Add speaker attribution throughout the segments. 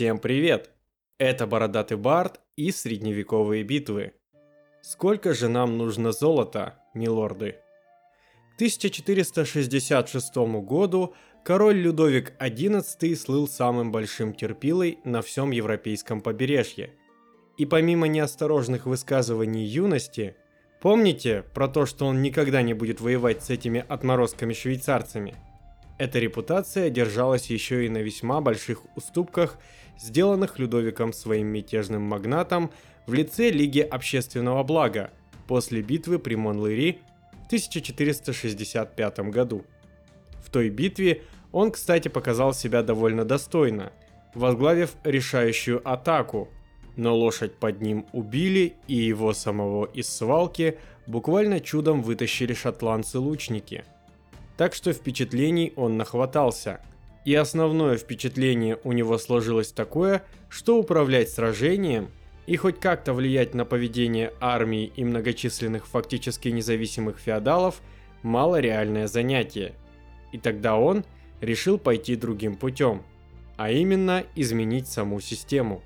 Speaker 1: Всем привет! Это Бородатый Бард и средневековые битвы. Сколько же нам нужно золота, милорды? К 1466 году король Людовик XI слыл самым большим терпилой на всем европейском побережье. И помимо неосторожных высказываний юности, помните про то, что он никогда не будет воевать с этими отморозками-швейцарцами? Эта репутация держалась еще и на весьма больших уступках, сделанных Людовиком своим мятежным магнатам в лице Лиги общественного блага после битвы при Монлери в 1465 году. В той битве он, кстати, показал себя довольно достойно, возглавив решающую атаку, но лошадь под ним убили, и его самого из свалки буквально чудом вытащили шотландцы-лучники. Так что впечатлений он нахватался. И основное впечатление у него сложилось такое, что управлять сражением и хоть как-то влиять на поведение армии и многочисленных фактически независимых феодалов мало реальное занятие. И тогда он решил пойти другим путем, а именно изменить саму систему.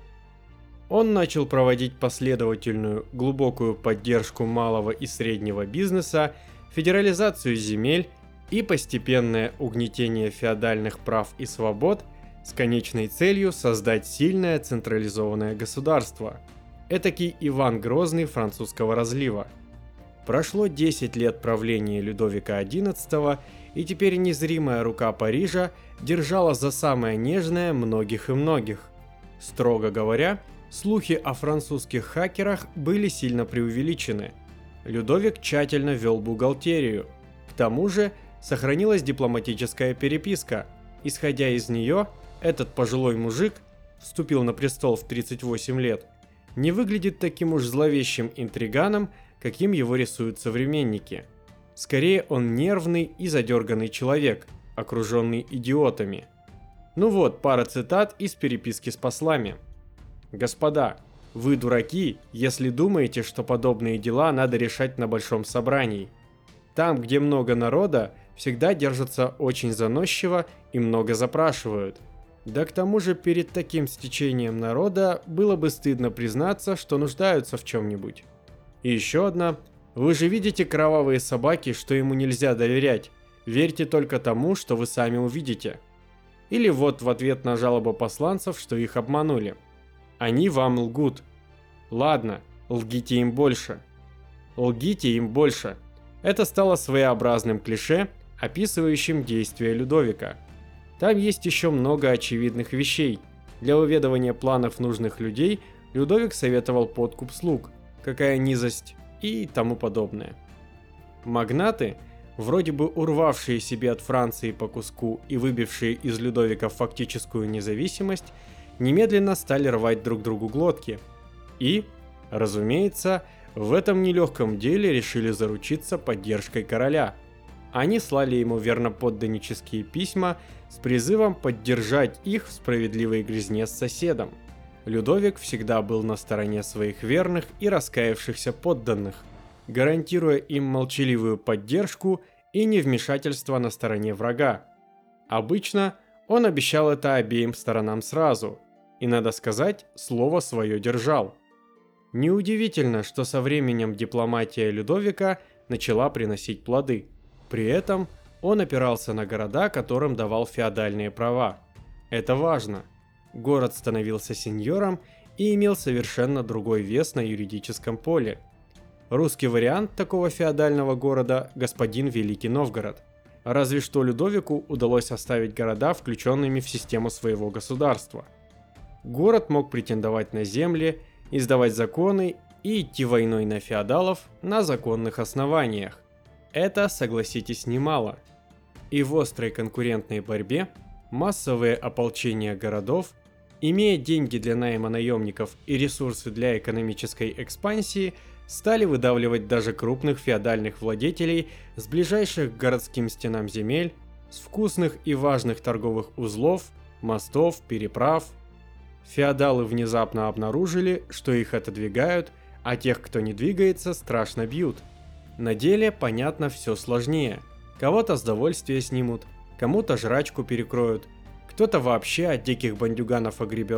Speaker 1: Он начал проводить последовательную, глубокую поддержку малого и среднего бизнеса, федерализацию земель и постепенное угнетение феодальных прав и свобод с конечной целью создать сильное централизованное государство. Этакий Иван Грозный французского разлива. Прошло 10 лет правления Людовика XI, и теперь незримая рука Парижа держала за самое нежное многих и многих. Строго говоря, слухи о французских хакерах были сильно преувеличены. Людовик тщательно вел бухгалтерию. К тому же, сохранилась дипломатическая переписка. Исходя из нее, этот пожилой мужик вступил на престол в 38 лет, не выглядит таким уж зловещим интриганом, каким его рисуют современники. Скорее, он нервный и задерганный человек, окруженный идиотами. Ну вот, пара цитат из переписки с послами. «Господа, вы дураки, если думаете, что подобные дела надо решать на большом собрании. Там, где много народа, всегда держатся очень заносчиво и много запрашивают. Да к тому же перед таким стечением народа было бы стыдно признаться, что нуждаются в чем-нибудь. И еще одна. Вы же видите кровавые собаки, что ему нельзя доверять. Верьте только тому, что вы сами увидите». Или вот в ответ на жалобу посланцев, что их обманули. «Они вам лгут. Ладно, лгите им больше. Лгите им больше». Это стало своеобразным клише, описывающим действия Людовика. Там есть еще много очевидных вещей. Для выведывания планов нужных людей Людовик советовал подкуп слуг, какая низость и тому подобное. Магнаты, вроде бы урвавшие себе от Франции по куску и выбившие из Людовика фактическую независимость, немедленно стали рвать друг другу глотки. И, разумеется, в этом нелегком деле решили заручиться поддержкой короля. Они слали ему верноподданнические письма с призывом поддержать их в справедливой грязне с соседом. Людовик всегда был на стороне своих верных и раскаявшихся подданных, гарантируя им молчаливую поддержку и невмешательство на стороне врага. Обычно он обещал это обеим сторонам сразу, и, надо сказать, слово свое держал. Неудивительно, что со временем дипломатия Людовика начала приносить плоды. При этом он опирался на города, которым давал феодальные права. Это важно. Город становился сеньором и имел совершенно другой вес на юридическом поле. Русский вариант такого феодального города – господин Великий Новгород. Разве что Людовику удалось оставить города включенными в систему своего государства. Город мог претендовать на земли, издавать законы и идти войной на феодалов на законных основаниях. Это, согласитесь, немало. И в острой конкурентной борьбе массовые ополчения городов, имея деньги для найма наемников и ресурсы для экономической экспансии, стали выдавливать даже крупных феодальных владетелей с ближайших к городским стенам земель, с вкусных и важных торговых узлов, мостов, переправ. Феодалы внезапно обнаружили, что их отодвигают, а тех, кто не двигается, страшно бьют. На деле, понятно, все сложнее. Кого-то с довольствия снимут, кому-то жрачку перекроют, кто-то вообще от диких бандюганов огребет.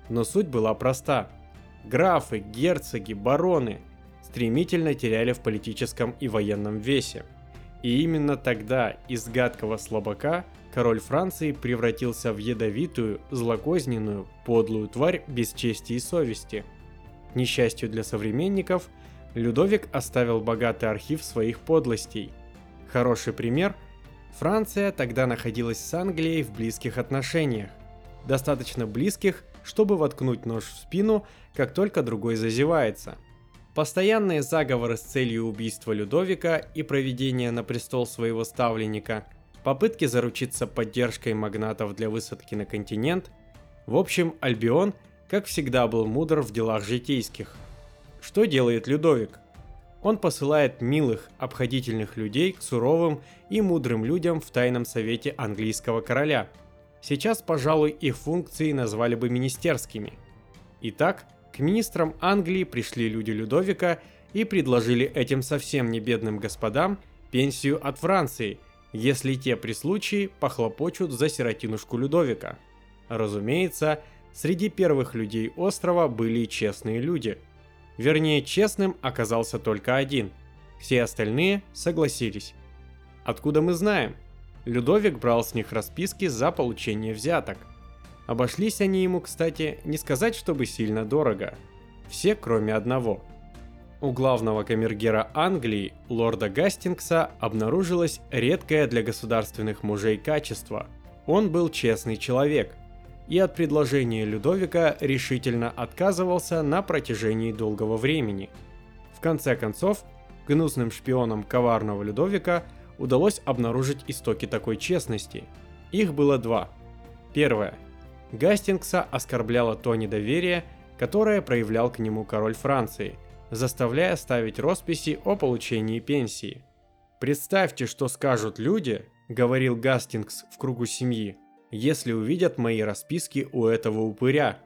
Speaker 1: Но суть была проста. Графы, герцоги, бароны стремительно теряли в политическом и военном весе. И именно тогда из гадкого слабака король Франции превратился в ядовитую, злокозненную, подлую тварь без чести и совести. К несчастью для современников, Людовик оставил богатый архив своих подлостей. Хороший пример – Франция тогда находилась с Англией в близких отношениях. Достаточно близких, чтобы воткнуть нож в спину, как только другой зазевается. Постоянные заговоры с целью убийства Людовика и проведения на престол своего ставленника, попытки заручиться поддержкой магнатов для высадки на континент. В общем, Альбион, как всегда, был мудр в делах житейских. Что делает Людовик? Он посылает милых, обходительных людей к суровым и мудрым людям в тайном совете английского короля. Сейчас, пожалуй, их функции назвали бы министерскими. Итак, к министрам Англии пришли люди Людовика и предложили этим совсем не бедным господам пенсию от Франции, если те при случае похлопочут за сиротинушку Людовика. Разумеется, среди первых людей острова были и честные люди. Вернее, честным оказался только один. Все остальные согласились. Откуда мы знаем? Людовик брал с них расписки за получение взяток. Обошлись они ему, кстати, не сказать, чтобы сильно дорого. Все, кроме одного. У главного камергера Англии, лорда Гастингса, обнаружилось редкое для государственных мужей качество. Он был честный человек. И от предложения Людовика решительно отказывался на протяжении долгого времени. В конце концов, гнусным шпионам коварного Людовика удалось обнаружить истоки такой честности. Их было два. Первое. Гастингса оскорбляло то недоверие, которое проявлял к нему король Франции, заставляя ставить росписи о получении пенсии. «Представьте, что скажут люди», — говорил Гастингс в кругу семьи, «если увидят мои расписки у этого упыря».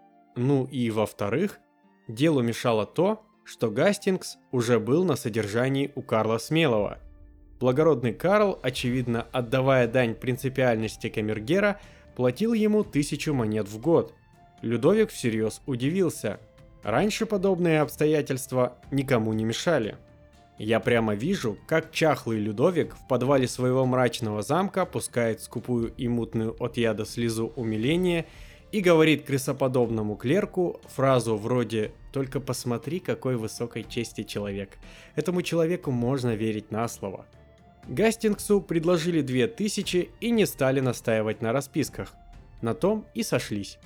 Speaker 1: Ну и во-вторых, делу мешало то, что Гастингс уже был на содержании у Карла Смелого. Благородный Карл, очевидно отдавая дань принципиальности камергера, платил ему 1000 монет в год. Людовик всерьез удивился. Раньше подобные обстоятельства никому не мешали. Я прямо вижу, как чахлый Людовик в подвале своего мрачного замка пускает скупую и мутную от яда слезу умиления и говорит крысоподобному клерку фразу вроде «Только посмотри, какой высокой чести человек. Этому человеку можно верить на слово». Гастингсу предложили 2000 и не стали настаивать на расписках. На том и сошлись.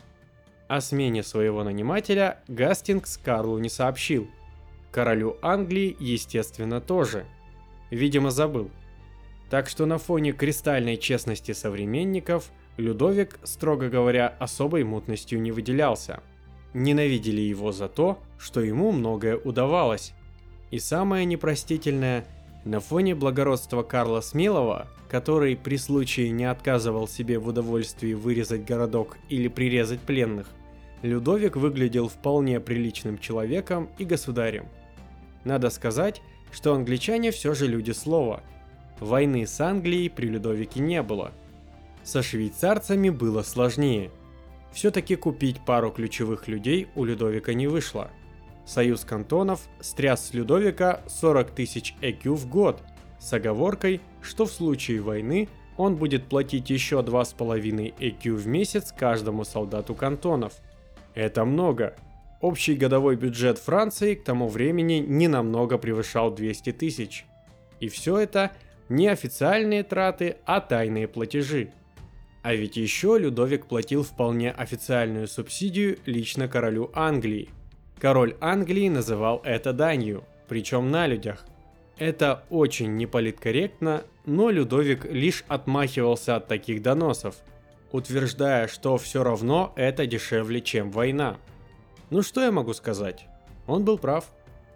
Speaker 1: О смене своего нанимателя Гастингс Карлу не сообщил. Королю Англии, естественно, тоже. Видимо, забыл. Так что на фоне кристальной честности современников Людовик, строго говоря, особой мутностью не выделялся. Ненавидели его за то, что ему многое удавалось. И самое непростительное – на фоне благородства Карла Смелого, который при случае не отказывал себе в удовольствии вырезать городок или прирезать пленных, Людовик выглядел вполне приличным человеком и государем. Надо сказать, что англичане все же люди слова. Войны с Англией при Людовике не было. Со швейцарцами было сложнее. Все-таки купить пару ключевых людей у Людовика не вышло. Союз кантонов стряс с Людовика 40 000 ЭКЮ в год, с оговоркой, что в случае войны он будет платить еще 2,5 ЭКЮ в месяц каждому солдату кантонов. Это много. Общий годовой бюджет Франции к тому времени ненамного превышал 200 000. И все это не официальные траты, а тайные платежи. А ведь еще Людовик платил вполне официальную субсидию лично королю Англии. Король Англии называл это данью, причем на людях. Это очень неполиткорректно, но Людовик лишь отмахивался от таких доносов, утверждая, что все равно это дешевле, чем война. Ну что я могу сказать? Он был прав.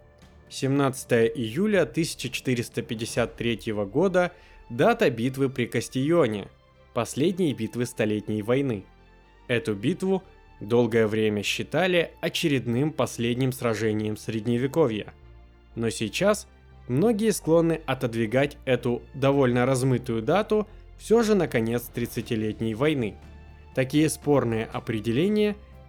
Speaker 1: 17 июля 1453 года – дата битвы при Кастильоне, последней битвы Столетней войны. Эту битву долгое время считали очередным последним сражением Средневековья. Но сейчас многие склонны отодвигать эту довольно размытую дату все же на конец 30-летней войны. Такие спорные определения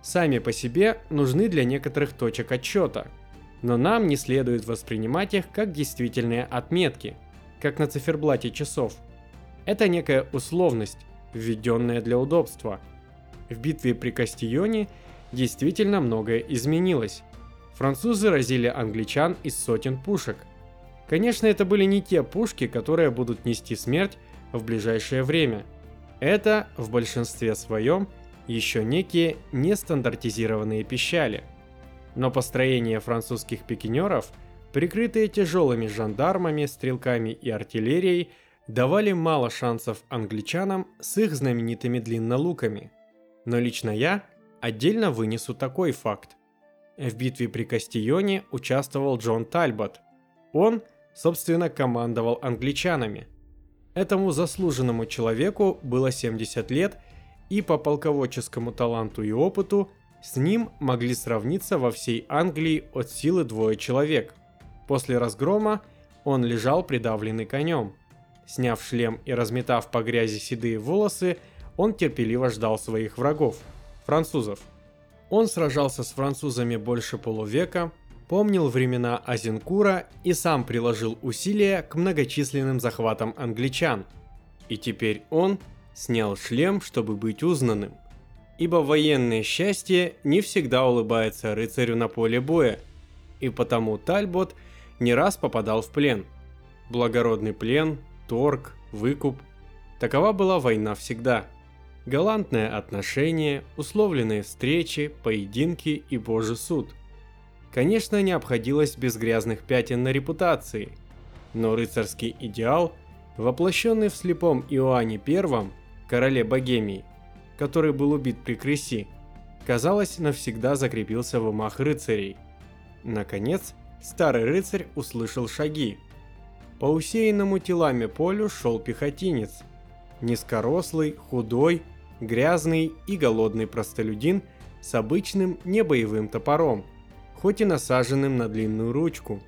Speaker 1: сами по себе нужны для некоторых точек отсчета, но нам не следует воспринимать их как действительные отметки, как на циферблате часов. Это некая условность, введенная для удобства. В битве при Кастильоне действительно многое изменилось. Французы разили англичан из сотен пушек. Конечно, это были не те пушки, которые будут нести смерть в ближайшее время. Это, в большинстве своем, еще некие нестандартизированные пищали. Но построение французских пикинеров, прикрытые тяжелыми жандармами, стрелками и артиллерией, давали мало шансов англичанам с их знаменитыми длиннолуками. Но лично я отдельно вынесу такой факт. В битве при Кастильоне участвовал Джон Тальбот. Он, собственно, командовал англичанами. Этому заслуженному человеку было 70 лет, и по полководческому таланту и опыту с ним могли сравниться во всей Англии от силы 2 человек. После разгрома он лежал придавленный конем. Сняв шлем и разметав по грязи седые волосы, он терпеливо ждал своих врагов – французов. Он сражался с французами больше полувека, помнил времена Азенкура и сам приложил усилия к многочисленным захватам англичан. И теперь он снял шлем, чтобы быть узнанным. Ибо военное счастье не всегда улыбается рыцарю на поле боя, и потому Тальбот не раз попадал в плен. Благородный плен, торг, выкуп – такова была война всегда. Галантное отношение, условленные встречи, поединки и Божий суд. Конечно, не обходилось без грязных пятен на репутации, но рыцарский идеал, воплощенный в слепом Иоанне I, короле Богемии, который был убит при Креси, казалось, навсегда закрепился в умах рыцарей. Наконец, старый рыцарь услышал шаги. По усеянному телами полю шел пехотинец. Низкорослый, худой, грязный и голодный простолюдин с обычным небоевым топором, хоть и насаженным на длинную ручку.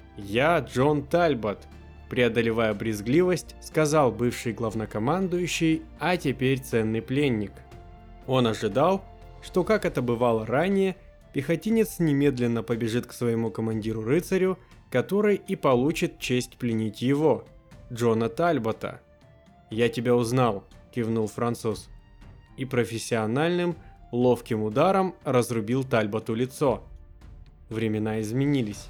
Speaker 1: «Я Джон Тальбот», преодолевая брезгливость, сказал бывший главнокомандующий, а теперь ценный пленник. Он ожидал, что, как это бывало ранее, пехотинец немедленно побежит к своему командиру-рыцарю, который и получит честь пленить его, Джона Тальбота. «Я тебя узнал», – кивнул француз. И профессиональным, ловким ударом разрубил Тальботу лицо. Времена изменились.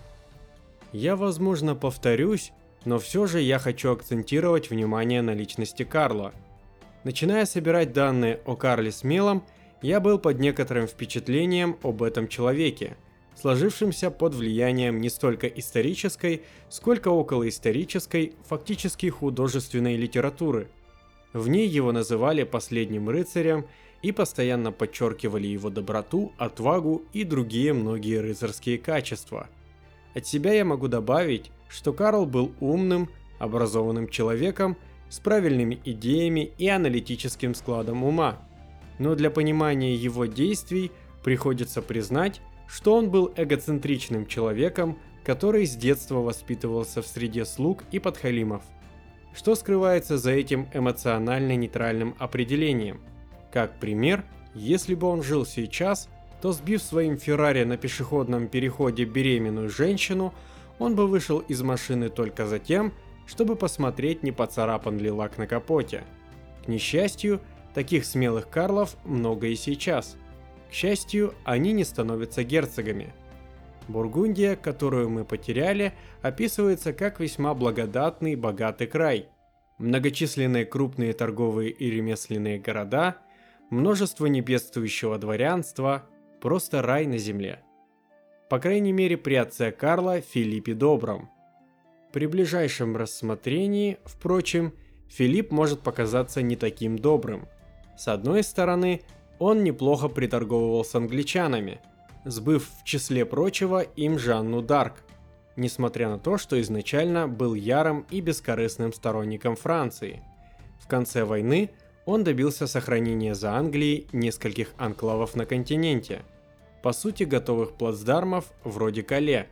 Speaker 1: Я, возможно, повторюсь, но все же я хочу акцентировать внимание на личности Карла. Начиная собирать данные о Карле Смелом, я был под некоторым впечатлением об этом человеке, сложившемся под влиянием не столько исторической, сколько околоисторической, фактически художественной литературы. В ней его называли последним рыцарем и постоянно подчеркивали его доброту, отвагу и другие многие рыцарские качества. От себя я могу добавить, что Карл был умным, образованным человеком с правильными идеями и аналитическим складом ума. Но для понимания его действий приходится признать, что он был эгоцентричным человеком, который с детства воспитывался в среде слуг и подхалимов. Что скрывается за этим эмоционально-нейтральным определением? Как пример, если бы он жил сейчас, то, сбив своим Феррари на пешеходном переходе беременную женщину, он бы вышел из машины только за тем, чтобы посмотреть, не поцарапан ли лак на капоте. К несчастью, таких смелых Карлов много и сейчас. К счастью, они не становятся герцогами. Бургундия, которую мы потеряли, описывается как весьма благодатный и богатый край. Многочисленные крупные торговые и ремесленные города, множество небедствующего дворянства, просто рай на земле. По крайней мере при отце Карла Филиппе Добром. При ближайшем рассмотрении, впрочем, Филипп может показаться не таким добрым. С одной стороны, он неплохо приторговывал с англичанами, сбыв в числе прочего им Жанну Дарк, несмотря на то, что изначально был ярым и бескорыстным сторонником Франции. В конце войны он добился сохранения за Англией нескольких анклавов на континенте, по сути готовых плацдармов вроде Кале.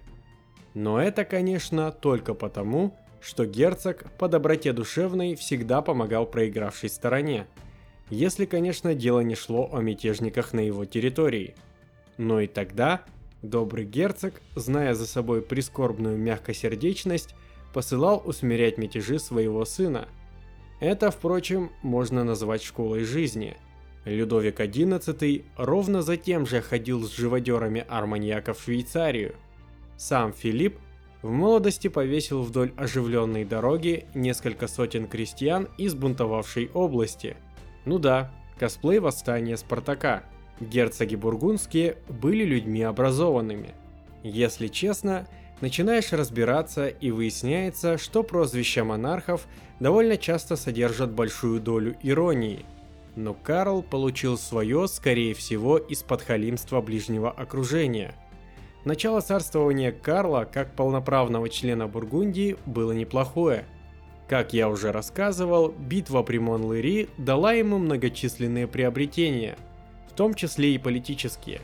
Speaker 1: Но это, конечно, только потому, что герцог по доброте душевной всегда помогал проигравшей стороне. если, конечно, дело не шло о мятежниках на его территории. Но и тогда добрый герцог, зная за собой прискорбную мягкосердечность, посылал усмирять мятежи своего сына. Это, впрочем, можно назвать школой жизни. Людовик XI ровно за тем же ходил с живодерами арманьяков в Швейцарию. Сам Филипп в молодости повесил вдоль оживленной дороги несколько сотен крестьян из бунтовавшей области. Ну да, косплей восстания Спартака. Герцоги бургундские были людьми образованными. Если честно, начинаешь разбираться и выясняется, что прозвища монархов довольно часто содержат большую долю иронии. Но Карл получил свое, скорее всего, из подхалимства ближнего окружения. Начало царствования Карла, как полноправного члена Бургундии, было неплохое. Как я уже рассказывал, битва при Монлери дала ему многочисленные приобретения, в том числе и политические.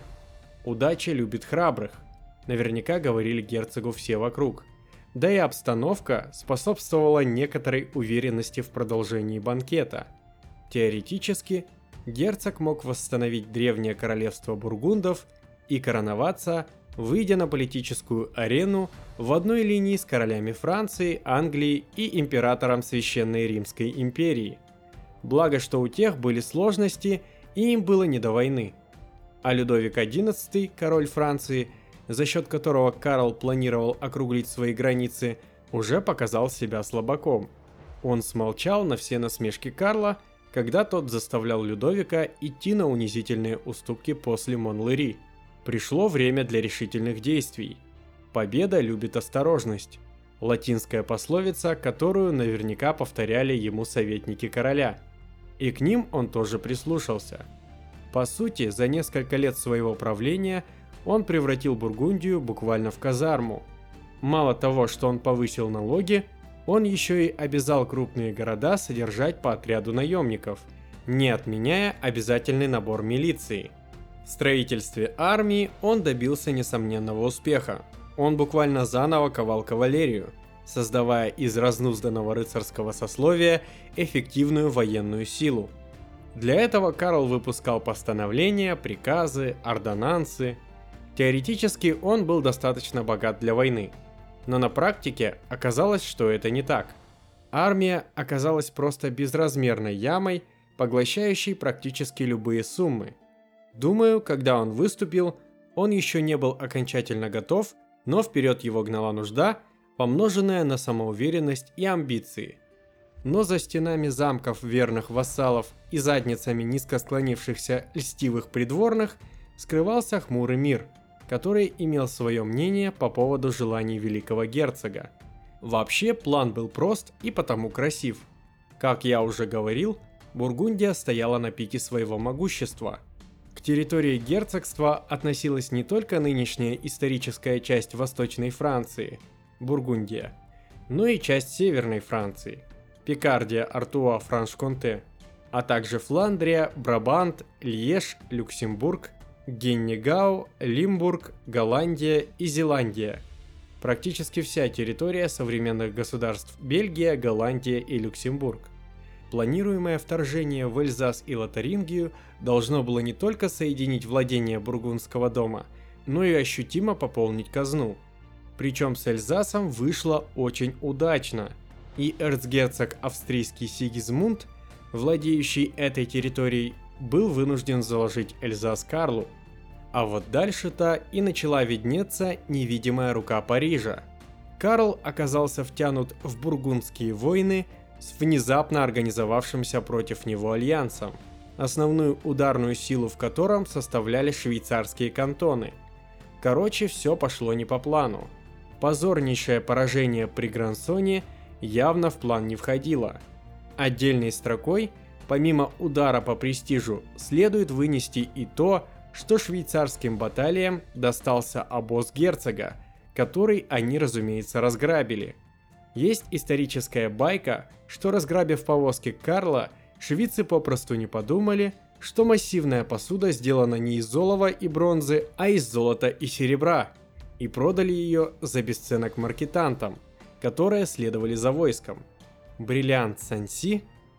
Speaker 1: Удача любит храбрых, наверняка говорили герцогу все вокруг. Да и обстановка способствовала некоторой уверенности в продолжении банкета. Теоретически, герцог мог восстановить древнее королевство бургундов и короноваться, выйдя на политическую арену в одной линии с королями Франции, Англии и императором Священной Римской империи. Благо, что у тех были сложности и им было не до войны. А Людовик XI, король Франции, за счет которого Карл планировал округлить свои границы, уже показал себя слабаком. Он смолчал на все насмешки Карла, когда тот заставлял Людовика идти на унизительные уступки после Монлери. Пришло время для решительных действий. Победа любит осторожность. Латинская пословица, которую наверняка повторяли ему советники короля. И к ним он тоже прислушался. По сути, за несколько лет своего правления он превратил Бургундию буквально в казарму. Мало того, что он повысил налоги, он еще и обязал крупные города содержать по отряду наемников, не отменяя обязательный набор милиции. В строительстве армии он добился несомненного успеха. Он буквально заново ковал кавалерию, создавая из разнузданного рыцарского сословия эффективную военную силу. Для этого Карл выпускал постановления, приказы, ордонансы. Теоретически он был достаточно богат для войны, но на практике оказалось, что это не так. Армия оказалась просто безразмерной ямой, поглощающей практически любые суммы. Думаю, когда он выступил, он еще не был окончательно готов, но вперед его гнала нужда, помноженная на самоуверенность и амбиции. Но за стенами замков верных вассалов и задницами низко склонившихся льстивых придворных скрывался хмурый мир, который имел свое мнение по поводу желаний великого герцога. Вообще план был прост и потому красив. Как я уже говорил, Бургундия стояла на пике своего могущества. К территории герцогства относилась не только нынешняя историческая часть Восточной Франции, Бургундия, но и часть Северной Франции, Пикардия, Артуа, Франш-Конте, а также Фландрия, Брабант, Льеж, Люксембург, Геннегау, Лимбург, Голландия и Зеландия. Практически вся территория современных государств Бельгия, Голландия и Люксембург. Планируемое вторжение в Эльзас и Лотарингию должно было не только соединить владения Бургундского дома, но и ощутимо пополнить казну. Причем с Эльзасом вышло очень удачно, и эрцгерцог австрийский Сигизмунд, владеющий этой территорией, был вынужден заложить Эльзас Карлу. А вот дальше-то и начала виднеться невидимая рука Парижа. Карл оказался втянут в бургундские войны с внезапно организовавшимся против него альянсом, основную ударную силу в котором составляли швейцарские кантоны. Короче, все пошло не по плану. Позорнейшее поражение при Грансоне явно в план не входило. Отдельной строкой, помимо удара по престижу, следует вынести и то, что швейцарским баталиям достался обоз герцога, который они, разумеется, разграбили. Есть историческая байка, что разграбив повозки Карла, швейцы попросту не подумали, что массивная посуда сделана не из золота и бронзы, а из золота и серебра, и продали ее за бесценок маркетантам, которые следовали за войском. Бриллиант Санси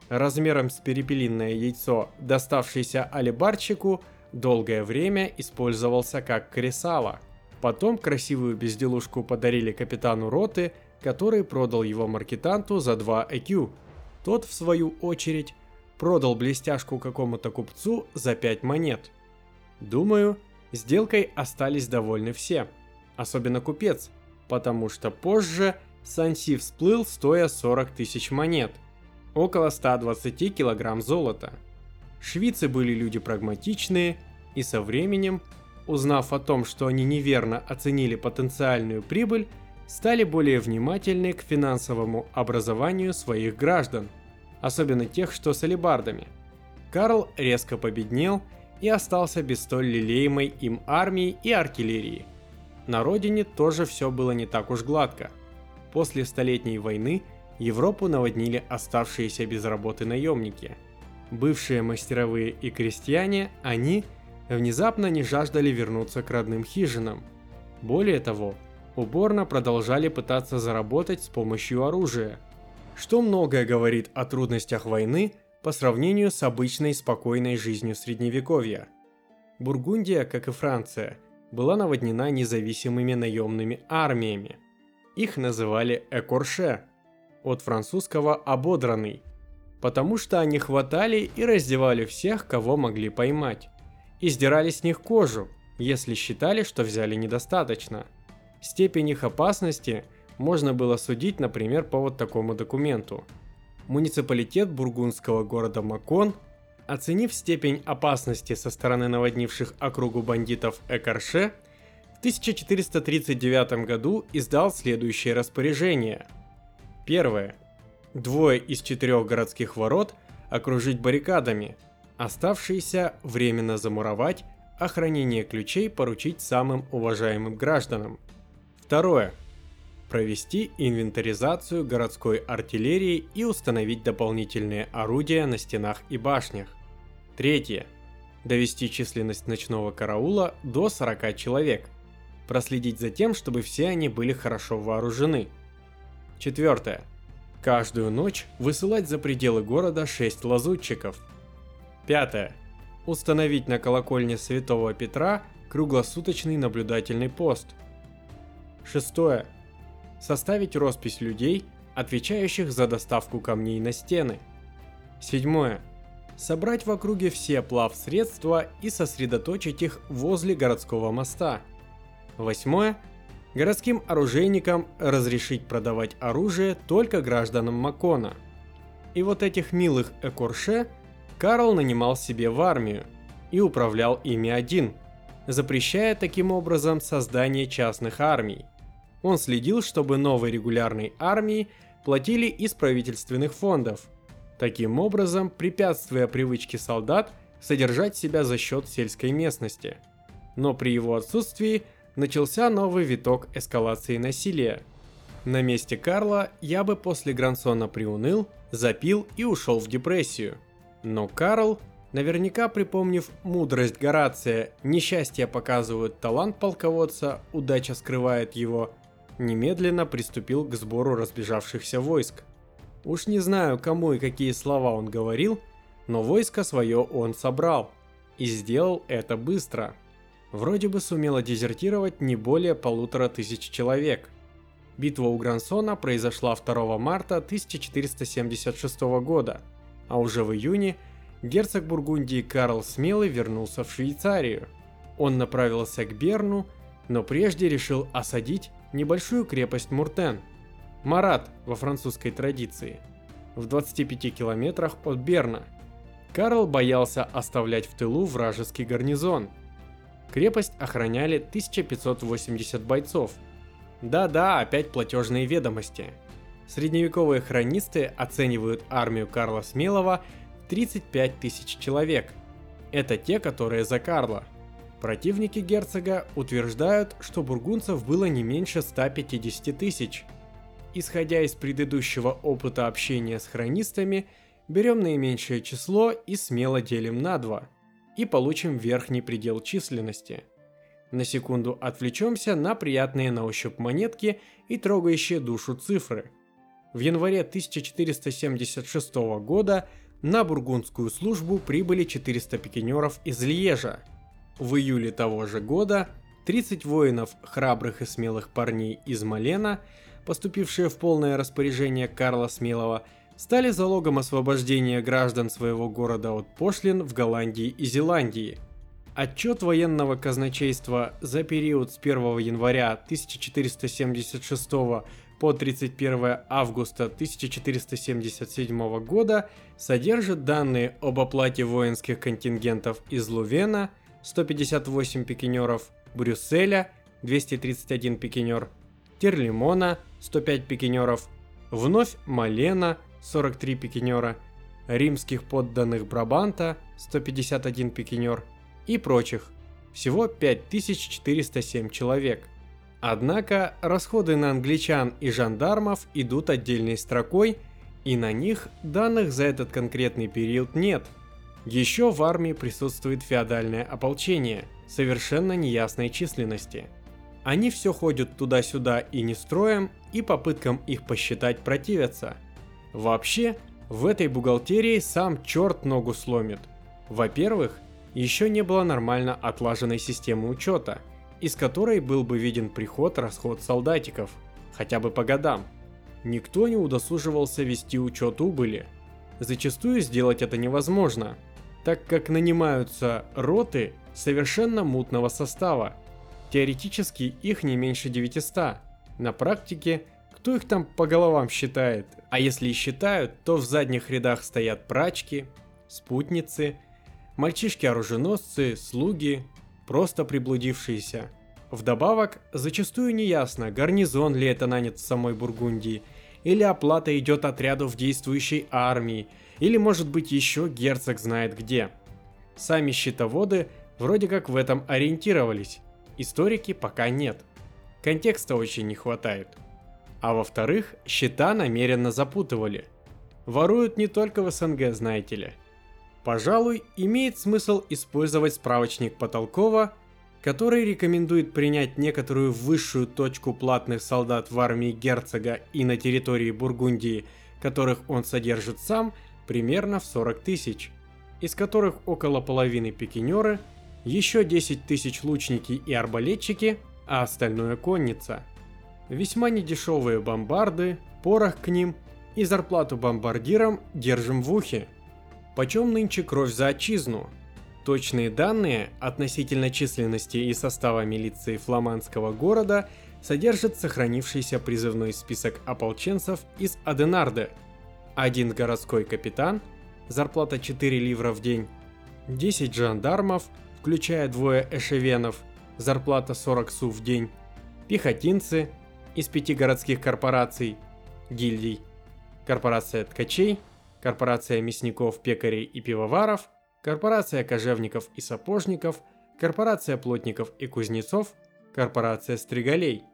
Speaker 1: размером с перепелиное яйцо, доставшийся алибарщику, долгое время использовался как кресало. Потом красивую безделушку подарили капитану роты, который продал его маркетанту за 2 ЭКЮ. Тот, в свою очередь, продал блестяшку какому-то купцу за 5 монет. Думаю, сделкой остались довольны все, особенно купец, потому что позже Санси всплыл, стоя 40 тысяч монет, около 120 килограмм золота. Швейцы были люди прагматичные, и со временем, узнав о том, что они неверно оценили потенциальную прибыль, стали более внимательны к финансовому образованию своих граждан, особенно тех, что с алебардами. Карл резко победнел и остался без столь лелеемой им армии и артиллерии. На родине тоже все было не так уж гладко. После Столетней войны Европу наводнили оставшиеся без работы наемники. Бывшие мастеровые и крестьяне, они внезапно не жаждали вернуться к родным хижинам. Более того, упорно продолжали пытаться заработать с помощью оружия, что многое говорит о трудностях войны по сравнению с обычной спокойной жизнью Средневековья. Бургундия, как и Франция, была наводнена независимыми наемными армиями. Их называли «экорше», от французского «ободранный», потому что они хватали и раздевали всех, кого могли поймать, и сдирали с них кожу, если считали, что взяли недостаточно. Степень их опасности можно было судить, например, по вот такому документу. Муниципалитет бургундского города Макон, оценив степень опасности со стороны наводнивших округу бандитов Экарше, в 1439 году издал следующее распоряжение. Первое. 2 из 4 городских ворот окружить баррикадами, оставшиеся временно замуровать, а хранение ключей поручить самым уважаемым гражданам. Второе. Провести инвентаризацию городской артиллерии и установить дополнительные орудия на стенах и башнях. Третье. Довести численность ночного караула до 40 человек. Проследить за тем, чтобы все они были хорошо вооружены. Четвертое. Каждую ночь высылать за пределы города 6 лазутчиков. Пятое. Установить на колокольне Святого Петра круглосуточный наблюдательный пост. Шестое. Составить роспись людей, отвечающих за доставку камней на стены. Седьмое. Собрать в округе все плавсредства и сосредоточить их возле городского моста. Восьмое. Городским оружейникам разрешить продавать оружие только гражданам Макона. И вот этих милых экорше Карл нанимал себе в армию и управлял ими один, запрещая таким образом создание частных армий. Он следил, чтобы новой регулярной армии платили из правительственных фондов, таким образом препятствуя привычке солдат содержать себя за счет сельской местности. Но при его отсутствии начался новый виток эскалации насилия. На месте Карла я бы после Грансона приуныл, запил и ушел в депрессию. Но Карл, наверняка припомнив мудрость Горация, несчастья показывают талант полководца, удача скрывает его, немедленно приступил к сбору разбежавшихся войск. Уж не знаю, кому и какие слова он говорил, но войско свое он собрал. И сделал это быстро. Вроде бы сумело дезертировать не более 1500 человек. Битва у Грансона произошла 2 марта 1476 года, а уже в июне герцог Бургундии Карл Смелый вернулся в Швейцарию. Он направился к Берну, но прежде решил осадить небольшую крепость Муртен, Марат во французской традиции, в 25 километрах от Берна. Карл боялся оставлять в тылу вражеский гарнизон. Крепость охраняли 1580 бойцов. Да-да, опять платежные ведомости. Средневековые хронисты оценивают армию Карла Смелого в 35 тысяч человек. Это те, которые за Карла. Противники герцога утверждают, что бургундцев было не меньше 150 тысяч. Исходя из предыдущего опыта общения с хронистами, берем наименьшее число и смело делим на 2, и получим верхний предел численности. На секунду отвлечемся на приятные на ощупь монетки и трогающие душу цифры. В январе 1476 года на бургундскую службу прибыли 400 пикинеров из Льежа. В июле того же года 30 воинов, храбрых и смелых парней из Малена, поступившие в полное распоряжение Карла Смелого, стали залогом освобождения граждан своего города от пошлин в Голландии и Зеландии. Отчет военного казначейства за период с 1 января 1476 по 31 августа 1477 года содержит данные об оплате воинских контингентов из Лувена 158 пикинеров, Брюсселя 231 пикинер, Терлимона 105 пикинеров, вновь Малена 43 пикинера, римских подданных Брабанта 151 пикинер и прочих, всего 5407 человек. Однако расходы на англичан и жандармов идут отдельной строкой, и на них данных за этот конкретный период нет. Еще в армии присутствует феодальное ополчение совершенно неясной численности. Они все ходят туда-сюда и не строем, и попыткам их посчитать противятся. Вообще, в этой бухгалтерии сам черт ногу сломит. Во-первых, еще не было нормально отлаженной системы учета, из которой был бы виден приход-расход солдатиков, хотя бы по годам. Никто не удосуживался вести учет убыли. Зачастую сделать это невозможно, так как нанимаются роты совершенно мутного состава. Теоретически их не меньше 900. На практике, кто их там по головам считает? А если и считают, то в задних рядах стоят прачки, спутницы, мальчишки-оруженосцы, слуги, просто приблудившиеся. Вдобавок, зачастую неясно, гарнизон ли это нанят в самой Бургундии, или оплата идет отряду в действующей армии, или может быть еще герцог знает где. Сами счетоводы вроде как в этом ориентировались, историки пока нет. Контекста очень не хватает. А во-вторых, счета намеренно запутывали. Воруют не только в СНГ, знаете ли. Пожалуй, имеет смысл использовать справочник Потолкова, который рекомендует принять некоторую высшую точку платных солдат в армии герцога и на территории Бургундии, которых он содержит сам, примерно в 40 тысяч, из которых около половины пикинеры, еще 10 тысяч лучники и арбалетчики, а остальное конница. Весьма недешевые бомбарды, порох к ним и зарплату бомбардирам держим в ухе. Почем нынче кровь за отчизну? Точные данные относительно численности и состава милиции фламандского города содержит сохранившийся призывной список ополченцев из Аденарде. Один городской капитан, зарплата 4 ливра в день, 10 жандармов, включая 2 эшевенов, зарплата 40 су в день, пехотинцы из 5 городских корпораций, гильдий, корпорация ткачей, корпорация мясников, пекарей и пивоваров, корпорация кожевников и сапожников, корпорация плотников и кузнецов, корпорация стригалей.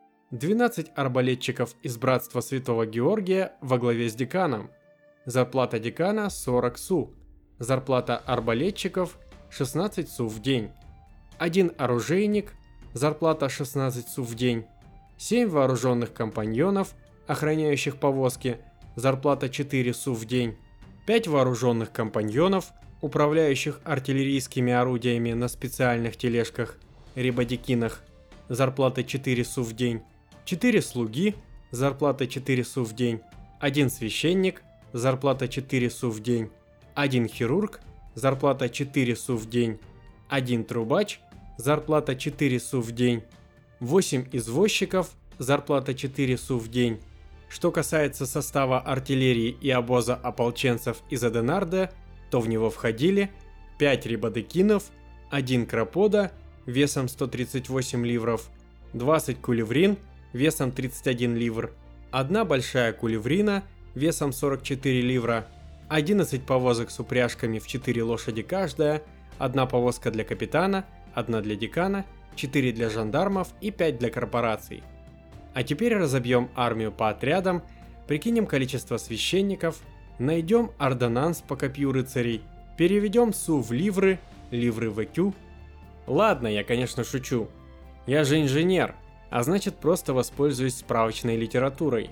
Speaker 1: 12 арбалетчиков из Братства Святого Георгия во главе с деканом. Зарплата декана 40 су. Зарплата арбалетчиков 16 су в день. 1 оружейник, зарплата 16 су в день. 7 вооруженных компаньонов, охраняющих повозки, зарплата 4 су в день. 5 вооруженных компаньонов, управляющих артиллерийскими орудиями на специальных тележках, рибадикинах, зарплата 4 су в день. 4 слуги, зарплата 4 су в день. 1 священник, зарплата 4 су в день. 1 хирург, зарплата 4 су в день. 1 трубач, зарплата 4 су в день. 8 извозчиков, зарплата 4 су в день. Что касается состава артиллерии и обоза ополченцев из Аденарде, то в него входили 5 рибадекинов, 1 крапода весом 138 ливров, 20 кулеврин весом 31 ливр, 1 большая кулеврина весом 44 ливра, 11 повозок с упряжками в 4 лошади каждая, 1 повозка для капитана, 1 для декана, 4 для жандармов и 5 для корпораций. А теперь разобьем армию по отрядам, прикинем количество священников, найдем ордонанс по копью рыцарей, переведем су в ливры, ливры в экю. Ладно, я конечно шучу. Я же инженер, а значит просто воспользуюсь справочной литературой.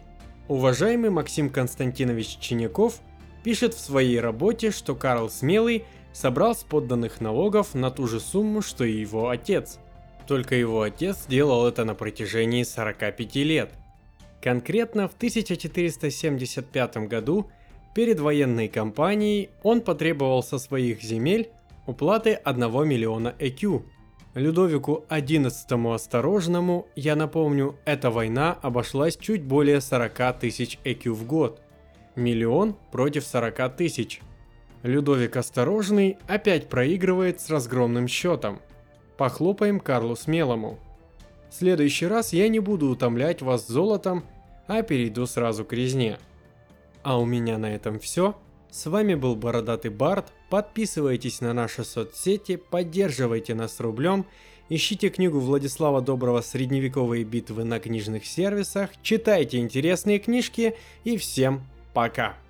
Speaker 1: Уважаемый Максим Константинович Чиняков пишет в своей работе, что Карл Смелый собрал с подданных налогов на ту же сумму, что и его отец. Только его отец делал это на протяжении 45 лет. Конкретно в 1475 году, перед военной кампанией, он потребовал со своих земель уплаты 1 миллиона ЭКЮ. Людовику XI Осторожному, я напомню, эта война обошлась чуть более 40 тысяч ЭКЮ в год. Миллион против 40 тысяч. Людовик Осторожный опять проигрывает с разгромным счетом. Похлопаем Карлу Смелому. В следующий раз я не буду утомлять вас золотом, а перейду сразу к резне. А у меня на этом все. С вами был Бородатый Бард. Подписывайтесь на наши соцсети, поддерживайте нас рублем, ищите книгу Владислава Доброго «Средневековые битвы» на книжных сервисах, читайте интересные книжки и всем пока!